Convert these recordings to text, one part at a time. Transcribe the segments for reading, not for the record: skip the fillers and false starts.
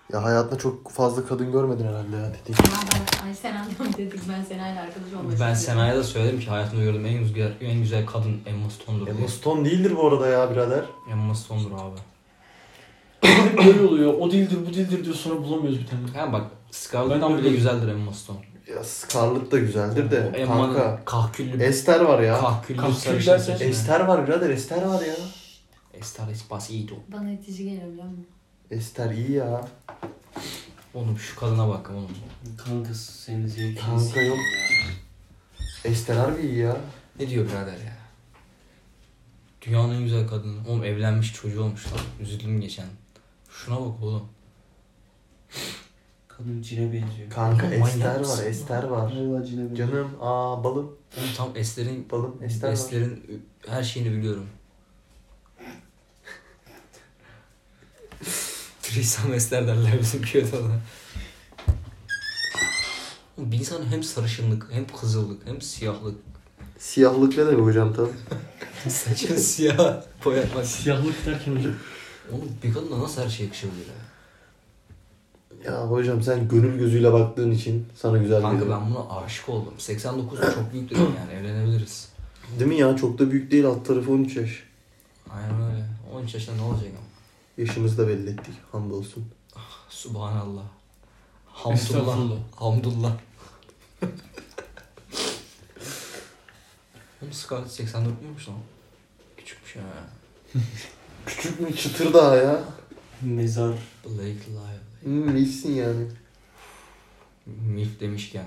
Ya hayatında çok fazla kadın görmedin herhalde ya dediğim. Ay Sena dedik, ben Sena'yla arkadaş olmak Ben istiyorum. Sena'ya da söyledim ki hayatımda gördüğüm en güzel kadın Emma Stone'dur diye. Emma Stone değildir bu arada ya birader. Emma Stone'dur abi. Böyle oluyor. O değildir bu değildir diyor, sonra bulamıyoruz bir tane. Yani bak Scarlett'tan bile güzeldir Emma Stone. Ya Scarlett da güzeldir de Emma'nın kanka. kahküllü Esther var ya. kahküllü Kahkül sarışın dersen- saçına. Esther var birader, Esther var ya. Esther Espacito. Bana itici geliyor biliyor musun? Esther iyi ya. Oğlum şu kadına bak oğlum. Kanka seni zevkli. Kanka yok. Esther harbi iyi ya. Ne diyor birader ya? Dünyanın en güzel kadını. Oğlum evlenmiş, çocuğu olmuş lan. Üzüldüm geçen. Şuna bak oğlum. Kadın cine benziyor. Kanka Manyak Esther mısın var, ya? Esther var. Vallahi cine benziyor. Canım, balım. Oğlum tam Esther'in Balım, Esther var. her şeyini biliyorum. Trisam Esther derler bizim köyde ona. Oğlum bir insanın hem sarışınlık, hem kızıllık, hem siyahlık. Siyahlık ne demek hocam tam? Saçını siyah boyatmak. Siyahlık derken hocam. Oğlum bir kadına nasıl her şey yakışabilir ya? Ya hocam sen gönül gözüyle baktığın için sana güzel Kanka geliyor. ben buna aşık oldum. 89 da çok büyük dedim yani, evlenebiliriz. Değil mi ya? Çok da büyük değil. Alt tarafı 13 yaş. Aynen öyle. 13 yaşında ne olacak ama? Yaşımızı da belli ettik. Hamdolsun. Subhanallah. Estağfurullah. Hamdullah. Hamdullah. Oğlum Scarlett 84 muymuş lan? Küçükmüş ha. Küçük mü? Çıtır daha ya. Mezar. Blake Lively. İyisin yani. Milf demişken.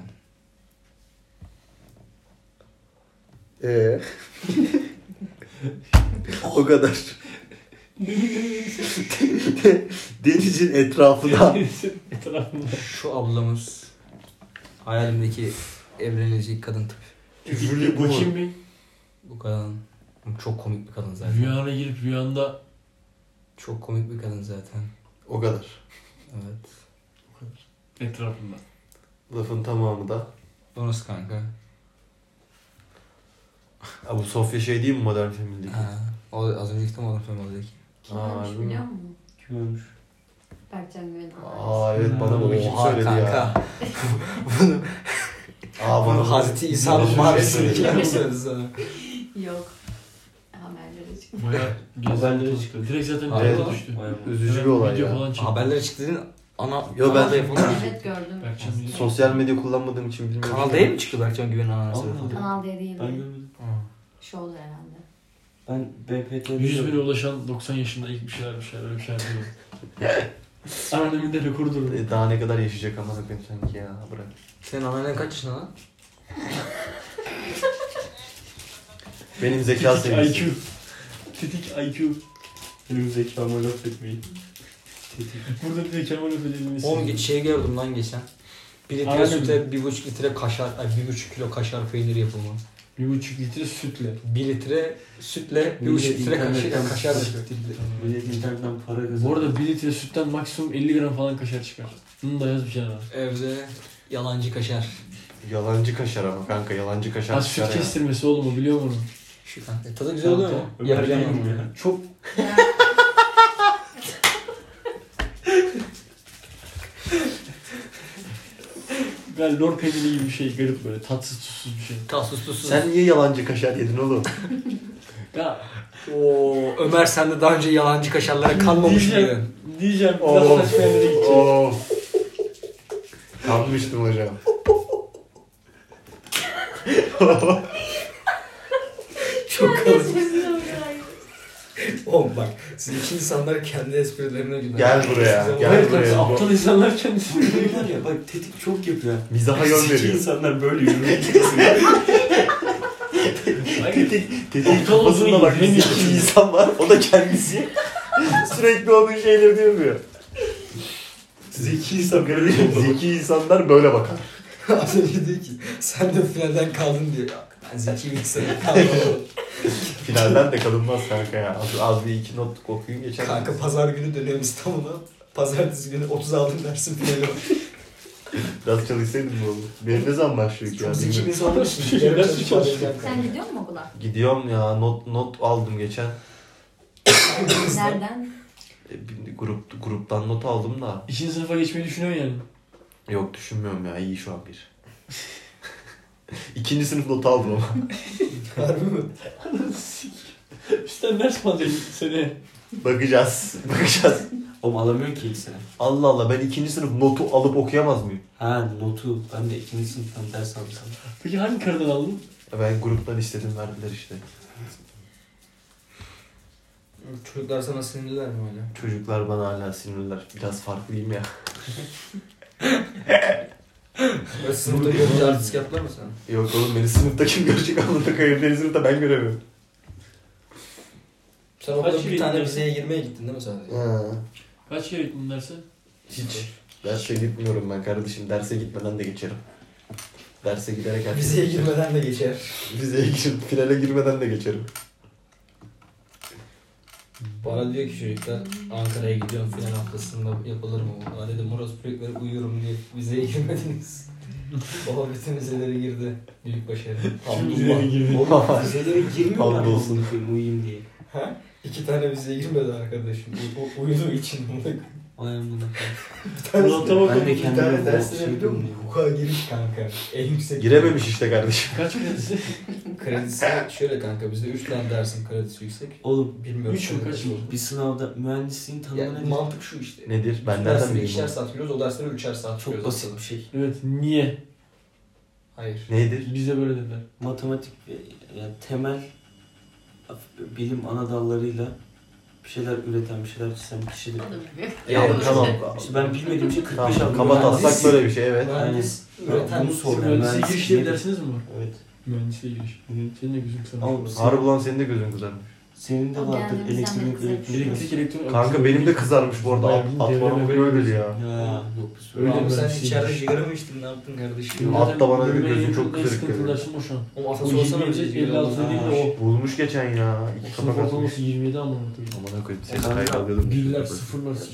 O kadar. Denizin etrafında. Etrafında. Şu ablamız hayalimdeki evlenecek kadın tipi. Julie bu mu? Bakayım bir. Bu kadın çok komik bir kadın zaten. Rüyana girip rüyanda Çok komik bir kadın zaten. O kadar. Evet. etrafında. Lafın tamamı da. O nasıl kanka? Ha, bu Sofya şey değil mi Modern Family'deki? Ha. O az önceki de Modern Family'deki. Kim Aa, ölmüş değil mi? biliyor musun? Kim ölmüş? Berkcan Güven. Aa evet bana bunu kim Oha söyledi ya? kanka. Bana Bunu Hazreti İsa'nın mahallesindeki kim söyledi sana? Yok. Haberlere çıktı. Bayağı Haberlere gezdi. çıkıyor. Direkt zaten Hayır. videoya düştü. Üzücü bir olay Video ya. falan çekti. Haberlere çıktı dedin ana... Yo, ben kanalda de- yapılmış. Evet gördüm. Berkcan Güven. Sosyal medya kullanmadığım için bilmiyorum. Kanal değil mi çıktı Berkcan Güven'in anası? Allah. Kanal D değil. Ben görmedim. Show'da herhalde. Ben BPT'de 100 bine ulaşan 90 yaşında ilk bir şeyler öyle bir şeyler diyor. Annemin rekoru durdu. Daha ne kadar yaşayacak amına koyayım sanki ya, bırak. Senin annen kaç yaşında lan? Benim zeka Tetik seviyesi. IQ. Tetik IQ. benim zekama laf etmeyin. Burada bir de Kemal Öf edilmesi. Oğlum şey gördüm lan geçen. 1 litre Aynen. sütle 1,5 litre kaşar, 1,5 kilo kaşar peyniri yapımı. 1,5 litre sütle. 1 litre sütle 1,5 Millet litre internetten kaşar yapıyor. Millet internetten para kazanıyor. Bu arada 1 litre sütten maksimum 50 gram falan kaşar çıkar. Bunu da yaz bir kenara. Evde yalancı kaşar. Yalancı kaşar ama kanka, yalancı kaşar Az süt çıkar ya. kestirmesi oğlum o, biliyor musun? Şu kanka. Tadı güzel oluyor mu? Ömer Yapacağım değil mi onu. ya? Çok galiba lor peyniri gibi bir şey, garip böyle tatsız tuzsuz bir şey. Tatsız tuzsuz. Sen niye yalancı kaşar yedin oğlum? Ya Oo, Ömer sen de daha önce yalancı kaşarlara kanmamış mıydın? diyeceğim biraz Of. saçma yerlere gidecek. Of. Kanmıştım hocam. Çok kalın. Oğlum bak, siz iki insanlar kendi esprilerine güven. Gel buraya, Size- gel Evet, buraya. aptal insanlar kendisi. Var ya bak tetik çok yapıyor. Mizaha yön Zeki veriyor. insanlar böyle yürüyor. Tetik Aptal olduğunu kafasında bak, hem bir iki insan var, o da kendisi. Sürekli onun şeyleri yapıyor. Zeki insan kardeşim. Zeki insanlar böyle bakar. Az önce dedi ki, sen de finalden kaldın diyor. Ben zeki bir insanım, kalmadım. Finalden de kalınmaz kanka ya. Az bir iki not okuyun geçer. Kanka pazar günü dönüyorum İstanbul'a. Pazartesi günü 30 aldım dersin finali var. Biraz çalışsaydım bu oğlum. Benim ne zaman başlıyor ki ya? Çok zeki bir bilmiyorum. insan olmuşsun. Ders Yarım çalışıyor. çalışacağım. Sen gidiyor musun okula? Gidiyorum ya, not aldım geçen. Nereden? Gruptan not aldım da. İkinci sınıfa geçmeyi düşünüyorsun yani. Yok düşünmüyorum ya, iyi şu an bir. İkinci sınıf notu aldım ama. Harbi mi? Bizden ders mi alacaksın seneye? Bakacağız. Bakacağız. Oğlum alamıyorsun ki ilk sene. Allah Allah, ben ikinci sınıf notu alıp okuyamaz mıyım? Ha notu. Ben de ikinci sınıftan ders aldım sana. Peki hangi karıdan aldın? Ben gruptan istedim, verdiler işte. Çocuklar sana sinirliler mi hala? Çocuklar bana hala sinirliler. Biraz farklıyım ya. Böyle sınıfta görünce artist yaptılar mı sana? Yok oğlum, beni sınıfta kim görecek, anlamda kayıp, beni sınıfta ben göremiyorum. Sen okulda Kaç bir kere tane gittin? vizeye girmeye gittin değil mi sadece? Ha. Kaç kere gittin derse? Hiç. Derse gitmiyorum ben kardeşim. Derse gitmeden de geçerim. Derse giderek her Vizeye girmeden de geçer. Vizeye girip finale girmeden de geçerim. Bana diyor ki çocuklar Ankara'ya gidiyorum final haftasında yapılır mı bu? Dedim Murat Projekt'lere uyuyorum diye vizeye girmediniz. Baba bütün vizelere girdi. Büyük başarı. Vizelere girdi. Oğlum vizelere girmiyorlar. Hamdolsun. Hamdolsun. Uyuyayım diye. Ha? 2 tane vizeye girmedi arkadaşım. Uyuduğu için. Vay amına Murat'a bak. Ben de Bir tane kendime dersine şey biliyor musun? bilmiyorum. Hukuka giriş kanka. En yüksek. Girememiş işte kardeşim. Kaç kredisi? Kredisi şöyle kanka bizde 3 tane dersin kredisi yüksek. Oğlum Bilmiyorum. 3 mü kaç mı? bir sınavda mühendisliğin tanımı Yani nedir? mantık şu işte. Nedir? Ben nereden Dersleri bileyim ikişer onu? saat giriyoruz, o dersleri 3'er saat Çok giriyoruz basit aslında. bir şey. Evet, niye? Hayır. Neydir? Bize böyle dediler. Matematik yani temel bilim ana dallarıyla bir şeyler üreten, bir şeyler çizen bir kişidir. Ya tamam. İşte ben bilmediğim şey 45 Tamam, aldım. kaba taslak böyle bir şey, evet. Mühendis üreten Bunu sor. Mühendisliğe mühendislik giriş diye bir nedir? dersiniz mi var? Evet. Mühendisliğe giriş. Hı hı. Senin de gözün kısa. Ama Harbi ulan, senin de gözün kızarmış. senin de O vardır geldiğimizden elektronik beri elektronik. Elektrik elektronik. Kanka benim de kızarmış bu arada. Bayağı bildiğin At bana devreme böyle böyle dedi ya. Ya yok. Öyle Abi sen mühendisliğe içeride giriş. sigara mı içtin, ne yaptın kardeşim? At da bana dedi, Bölümeye gözün çok yakın en kızarık sıkıntılı dedi. dersim o şu an. O O atası olsana 27, bir 56 değil de o. Bulmuş geçen ya. İki Sınıf kapak atmış. ortalaması 27 ama anlatayım. Aman koyayım, ses Kanka, kaydı alıyordum. Birler, sıfırlar,